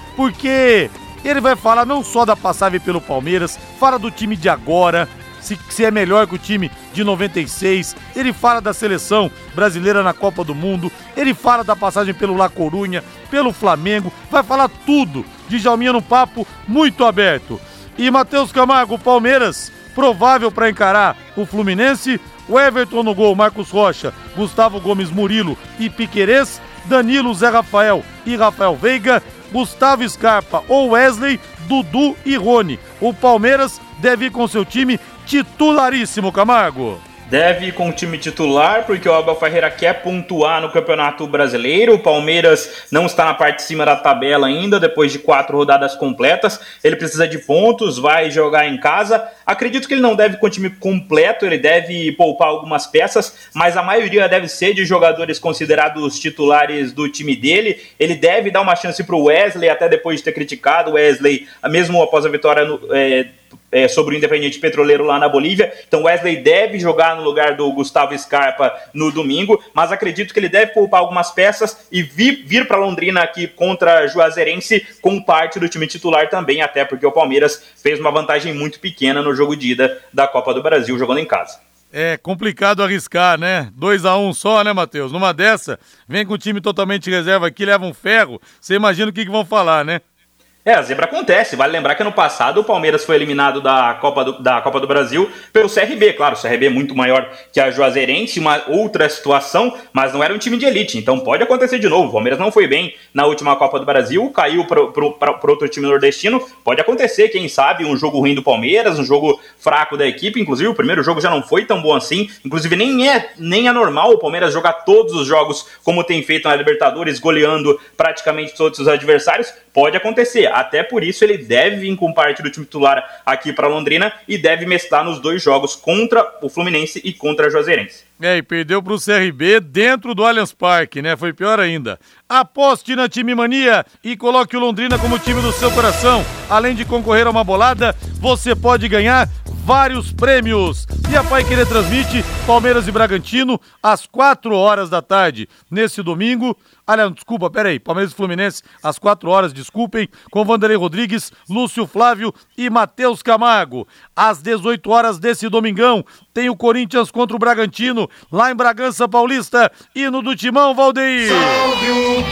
B: porque ele vai falar não só da passagem pelo Palmeiras, fala do time de agora, se é melhor que o time de 96, ele fala da seleção brasileira na Copa do Mundo, ele fala da passagem pelo La Corunha, pelo Flamengo, vai falar tudo. Djalminha num papo muito aberto. E Matheus Camargo, Palmeiras, provável para encarar o Fluminense, o Everton no gol, Marcos Rocha, Gustavo Gomes, Murilo e Piquerez, Danilo, Zé Rafael e Rafael Veiga, Gustavo Scarpa ou Wesley, Dudu e Rony. O Palmeiras deve ir com seu time titularíssimo, Camargo.
J: Deve ir com o time titular, porque o Abel Ferreira quer pontuar no Campeonato Brasileiro. O Palmeiras não está na parte de cima da tabela ainda, depois de 4 rodadas completas. Ele precisa de pontos, vai jogar em casa. Acredito que ele não deve com o time completo, ele deve poupar algumas peças, mas a maioria deve ser de jogadores considerados titulares do time dele. Ele deve dar uma chance para o Wesley, até depois de ter criticado o Wesley, mesmo após a vitória sobre o Independiente Petroleiro lá na Bolívia. Então Wesley deve jogar no lugar do Gustavo Scarpa no domingo, mas acredito que ele deve poupar algumas peças e vir para Londrina aqui contra Juazeirense com parte do time titular também, até porque o Palmeiras fez uma vantagem muito pequena no jogo de ida da Copa do Brasil, jogando em casa.
B: É complicado arriscar, né? 2-1 só, né, Matheus? Numa dessa, vem com o time totalmente reserva aqui, leva um ferro, você imagina o que vão falar, né?
J: A zebra acontece. Vale lembrar que ano passado o Palmeiras foi eliminado da Copa do Brasil pelo CRB. Claro, o CRB é muito maior que a Juazeirense, uma outra situação, mas não era um time de elite. Então pode acontecer de novo. O Palmeiras não foi bem na última Copa do Brasil, caiu para outro time nordestino. Pode acontecer, quem sabe, um jogo ruim do Palmeiras, um jogo fraco da equipe. Inclusive o primeiro jogo já não foi tão bom assim. Inclusive nem é normal o Palmeiras jogar todos os jogos como tem feito na Libertadores, goleando praticamente todos os adversários. Pode acontecer. Até por isso ele deve vir com parte do time titular aqui para Londrina e deve mesclar nos 2 jogos contra o Fluminense e contra a Juazeirense.
B: E perdeu para o CRB dentro do Allianz Parque, né? Foi pior ainda. Aposte na Time Mania e coloque o Londrina como time do seu coração. Além de concorrer a uma bolada, você pode ganhar vários prêmios. E a Paiquerê transmite Palmeiras e Bragantino às 4 horas da tarde nesse domingo. Desculpa, peraí, Palmeiras e Fluminense às 4 horas, desculpem, com Vanderlei Rodrigues, Lúcio Flávio e Matheus Camargo. Às 18 horas desse domingão, tem o Corinthians contra o Bragantino, lá em Bragança Paulista, hino do Timão, Valdeir.
C: Salve o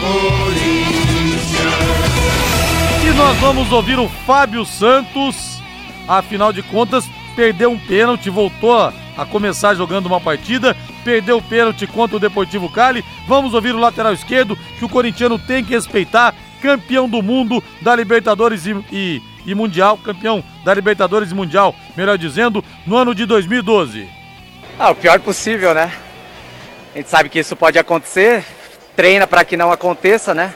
C: Corinthians.
B: E nós vamos ouvir o Fábio Santos, afinal de contas, perdeu um pênalti, voltou a começar jogando uma partida, perdeu o pênalti contra o Deportivo Cali. Vamos ouvir o lateral esquerdo, que o corintiano tem que respeitar, campeão do mundo da Libertadores e Mundial, campeão da Libertadores e Mundial, melhor dizendo, no ano de 2012.
K: O pior possível, né? A gente sabe que isso pode acontecer, treina para que não aconteça, né?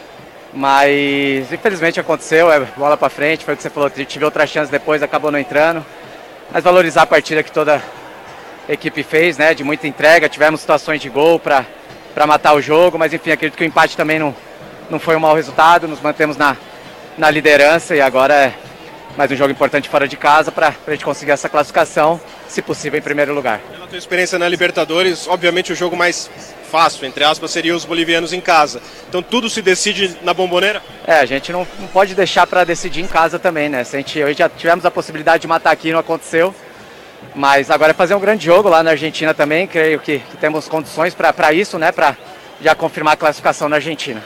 K: Mas infelizmente aconteceu, é bola para frente, foi o que você falou, tive outra chance depois, acabou não entrando. Mas valorizar a partida que toda a equipe fez, né? De muita entrega, tivemos situações de gol para matar o jogo, mas enfim, acredito que o empate também não foi um mau resultado, nos mantemos na liderança e agora é mais um jogo importante fora de casa para a gente conseguir essa classificação, se possível em primeiro lugar.
L: Pela tua experiência na Libertadores, obviamente o jogo mais fácil, entre aspas, seria os bolivianos em casa. Então tudo se decide na Bombonera?
K: A gente não pode deixar para decidir em casa também, né? Hoje já tivemos a possibilidade de matar aqui, não aconteceu. Mas agora é fazer um grande jogo lá na Argentina também, creio que temos condições para isso, né? Para já confirmar a classificação na Argentina.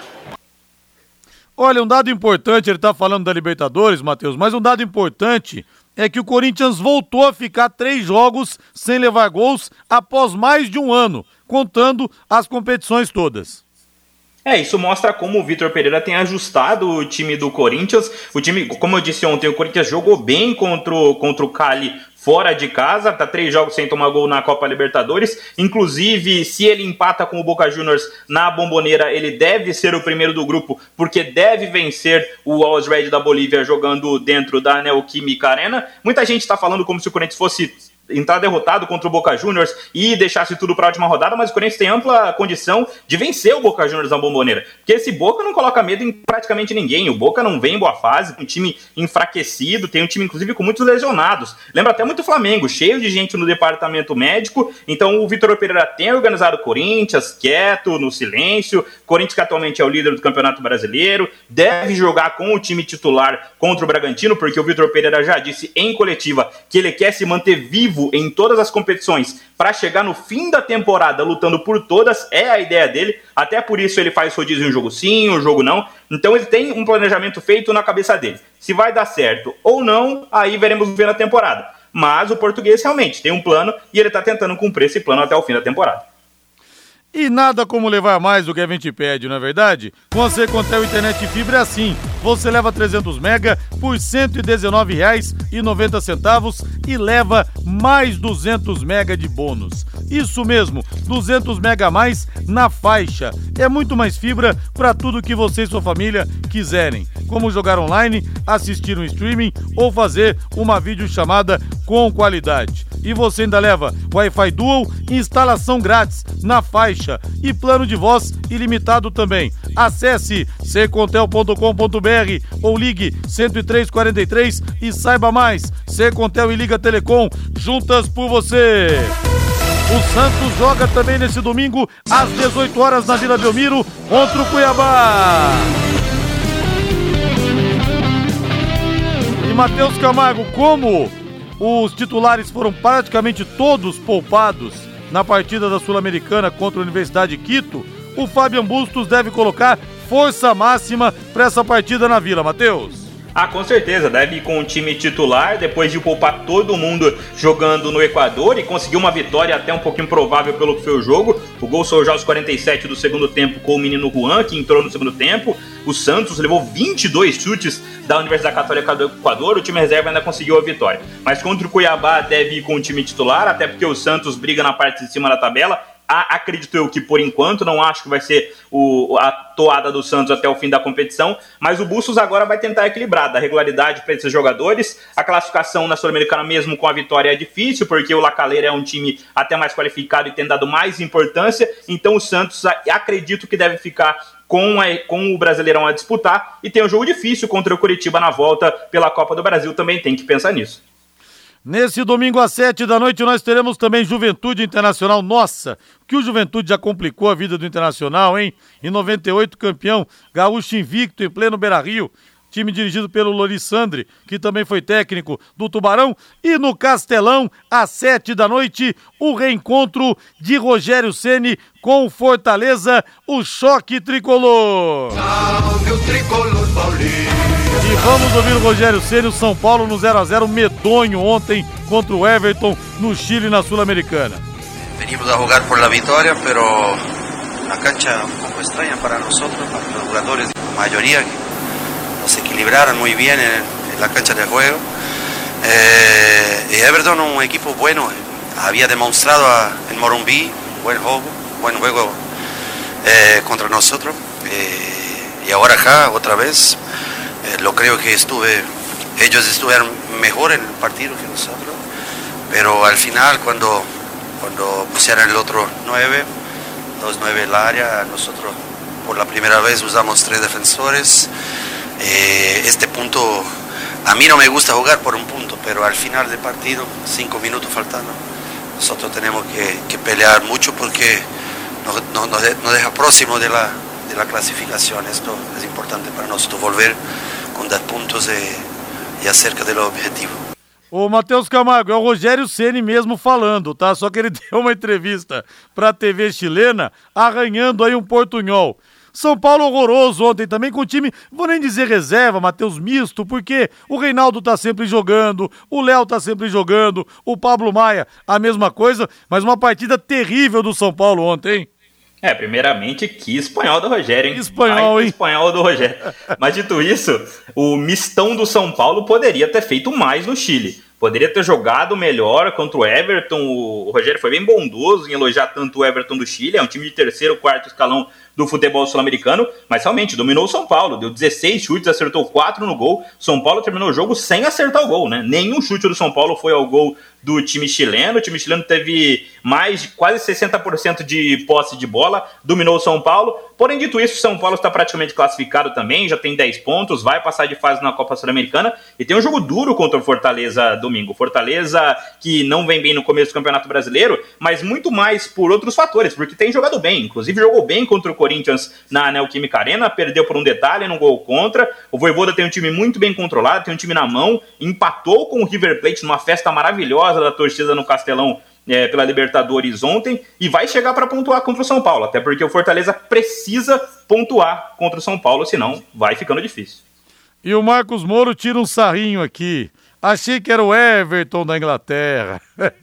B: Olha, um dado importante, ele está falando da Libertadores, Matheus, mas um dado importante é que o Corinthians voltou a ficar 3 jogos sem levar gols após mais de um ano, contando as competições todas.
J: Isso mostra como o Vitor Pereira tem ajustado o time do Corinthians. O time, como eu disse ontem, o Corinthians jogou bem contra o Cali fora de casa, tá 3 jogos sem tomar gol na Copa Libertadores. Inclusive, se ele empata com o Boca Juniors na Bombonera, ele deve ser o primeiro do grupo, porque deve vencer o Always Red da Bolívia jogando dentro da Neoquímica Arena. Muita gente está falando como se o Corinthians fosse entrar derrotado contra o Boca Juniors e deixasse tudo para a última rodada, mas o Corinthians tem ampla condição de vencer o Boca Juniors na Bombonera, porque esse Boca não coloca medo em praticamente ninguém. O Boca não vem em boa fase, um time enfraquecido, tem um time inclusive com muitos lesionados, lembra até muito o Flamengo, cheio de gente no departamento médico. Então o Vitor Pereira tem organizado o Corinthians, quieto, no silêncio. O Corinthians, que atualmente é o líder do Campeonato Brasileiro, deve jogar com o time titular contra o Bragantino, porque o Vitor Pereira já disse em coletiva que ele quer se manter vivo em todas as competições para chegar no fim da temporada lutando por todas, é a ideia dele, até por isso ele faz rodízio um jogo sim, um jogo não. Então ele tem um planejamento feito na cabeça dele. Se vai dar certo ou não, aí veremos ver na temporada. Mas o português realmente tem um plano e ele está tentando cumprir esse plano até o fim da temporada.
B: E nada como levar mais do que a gente pede, não é verdade? Com a Secontel Internet Fibra é assim. Você leva 300 mega por R$ 119,90 e leva mais 200 mega de bônus. Isso mesmo, 200 mega a mais na faixa. É muito mais fibra para tudo que você e sua família quiserem. Como jogar online, assistir um streaming ou fazer uma videochamada com qualidade. E você ainda leva Wi-Fi Dual, instalação grátis na faixa e plano de voz ilimitado também. Acesse secontel.com.br ou ligue 10343 e saiba mais. Secontel e Liga Telecom, juntas por você. O Santos joga também nesse domingo às 18 horas na Vila Belmiro contra o Cuiabá. E Matheus Camargo, como os titulares foram praticamente todos poupados na partida da Sul-Americana contra a Universidade de Quito, o Fabian Bustos deve colocar força máxima para essa partida na Vila, Matheus.
J: Ah, com certeza, deve ir com o time titular, depois de poupar todo mundo jogando no Equador e conseguir uma vitória até um pouquinho provável pelo que foi o jogo. O gol surgiu aos 47 do segundo tempo com o menino Juan, que entrou no segundo tempo. O Santos levou 22 chutes da Universidade Católica do Equador, o time reserva ainda conseguiu a vitória. Mas contra o Cuiabá deve ir com o time titular, até porque o Santos briga na parte de cima da tabela. Acredito eu que por enquanto, não acho que vai ser a toada do Santos até o fim da competição, mas o Bustos agora vai tentar equilibrar, dar regularidade para esses jogadores. A classificação na Sul-Americana mesmo com a vitória é difícil, porque o La Calera é um time até mais qualificado e tem dado mais importância, então o Santos acredito que deve ficar com o Brasileirão a disputar, e tem um jogo difícil contra o Coritiba na volta pela Copa do Brasil, também tem que pensar nisso.
B: Nesse domingo às 7 da noite nós teremos também Juventude Internacional. Nossa, que o Juventude já complicou a vida do Internacional, hein? Em 98, campeão, gaúcho invicto em pleno Beira-Rio. Time dirigido pelo Lorissandre, que também foi técnico do Tubarão. E no Castelão, às 7 da noite, o reencontro de Rogério Ceni com Fortaleza, o choque tricolor.
C: Salve o tricolor paulista.
B: E vamos ouvir o Rogério Ceni, o São Paulo no 0-0 medonho ontem contra o Everton no Chile na Sul-Americana.
M: Venimos a jugar por la victoria, pero una cancha un poco extraña para nosotros, para los jugadores, la mayoría que nos equilibraron muy bien en la cancha de juego. Y Everton un equipo bueno, había demostrado en Morumbi buen juego contra nosotros. Y ahora acá otra vez. Lo creo que ellos estuvieron mejor en el partido que nosotros, pero al final cuando pusieron el otro 9 el área, nosotros por la primera vez usamos 3 defensores. Este punto, a mí no me gusta jugar por un punto, pero al final del partido, 5 minutos faltando, nosotros tenemos que pelear mucho porque nos deja próximo de la clasificación. Esto es importante para nosotros, volver com 10 pontos e acerca do objetivo.
B: O Matheus Camargo, é o Rogério Ceni mesmo falando, tá? Só que ele deu uma entrevista pra TV chilena, arranhando aí um portunhol. São Paulo horroroso ontem também com o time, vou nem dizer reserva, Matheus, misto, porque o Reinaldo tá sempre jogando, o Léo tá sempre jogando, o Pablo Maia, a mesma coisa, mas uma partida terrível do São Paulo ontem, hein?
J: Primeiramente, que espanhol do Rogério, hein?
B: Espanhol, hein?
J: Espanhol do Rogério. Mas dito isso, o mistão do São Paulo poderia ter feito mais no Chile. Poderia ter jogado melhor contra o Everton. O Rogério foi bem bondoso em elogiar tanto o Everton do Chile. É um time de 3º, 4º escalão do futebol sul-americano, mas realmente dominou o São Paulo. Deu 16 chutes, acertou 4 no gol. São Paulo terminou o jogo sem acertar o gol, né? Nenhum chute do São Paulo foi ao gol do time chileno. O time chileno teve mais de quase 60% de posse de bola, dominou o São Paulo. Porém, dito isso, o São Paulo está praticamente classificado também, já tem 10 pontos, vai passar de fase na Copa Sul-Americana e tem um jogo duro contra o Fortaleza domingo. Fortaleza que não vem bem no começo do Campeonato Brasileiro, mas muito mais por outros fatores, porque tem jogado bem. Inclusive jogou bem contra o Corinthians na Neoquímica Arena, perdeu por um detalhe num gol contra. O Vojvoda tem um time muito bem controlado, tem um time na mão, empatou com o River Plate numa festa maravilhosa da torcida no Castelão pela Libertadores ontem, e vai chegar para pontuar contra o São Paulo, até porque o Fortaleza precisa pontuar contra o São Paulo, senão vai ficando difícil.
B: E o Marcos Moro tira um sarrinho aqui. Achei que era o Everton da Inglaterra.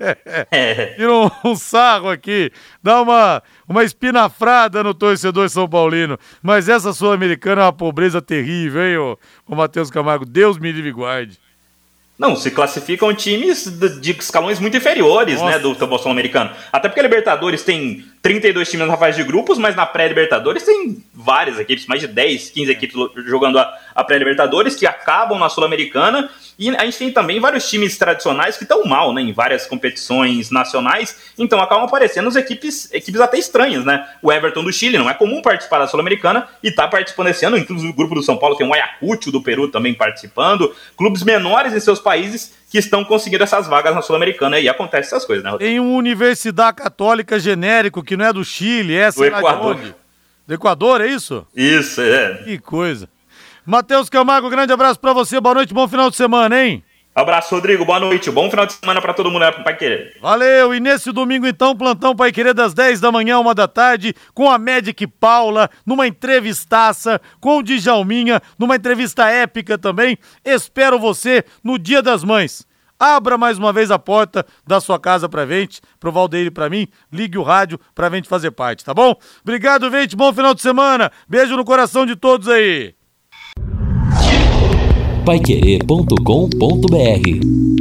B: Tira um sarro aqui. Dá uma espinafrada no torcedor São Paulino. Mas essa Sul-Americana é uma pobreza terrível, hein, ô Matheus Camargo? Deus me livre e guarde.
J: Não, se classificam times de escalões muito inferiores, né, do futebol sul-americano. Até porque a Libertadores tem 32 times na fase de grupos, mas na pré-Libertadores tem várias equipes, mais de 10, 15 equipes jogando a pré-Libertadores, que acabam na Sul-Americana. E a gente tem também vários times tradicionais que estão mal, né, em várias competições nacionais. Então acabam aparecendo as equipes até estranhas, né? O Everton do Chile não é comum participar da Sul-Americana e está participando esse ano. Inclusive o grupo do São Paulo tem o Ayacucho do Peru também participando. Clubes menores em seus países que estão conseguindo essas vagas na Sul-Americana, e acontece essas coisas, né, Rodrigo?
B: Tem uma Universidade Católica genérico que não é do Chile,
J: do Equador.
B: Do Equador, é isso?
J: Isso, é.
B: Que coisa. Matheus Camargo, grande abraço pra você, boa noite, bom final de semana, hein?
J: Abraço, Rodrigo, boa noite, bom final de semana pra todo mundo, Pai Querer.
B: Valeu, e nesse domingo então, plantão Pai Querer das 10 da manhã, 1 da tarde, com a Medic Paula, numa entrevistaça, com o Djalminha, numa entrevista épica também. Espero você no Dia das Mães. Abra mais uma vez a porta da sua casa pra gente, pro Valdeir e pra mim, ligue o rádio pra gente fazer parte, tá bom? Obrigado, gente, bom final de semana, beijo no coração de todos aí.
A: Paiquerê.com.br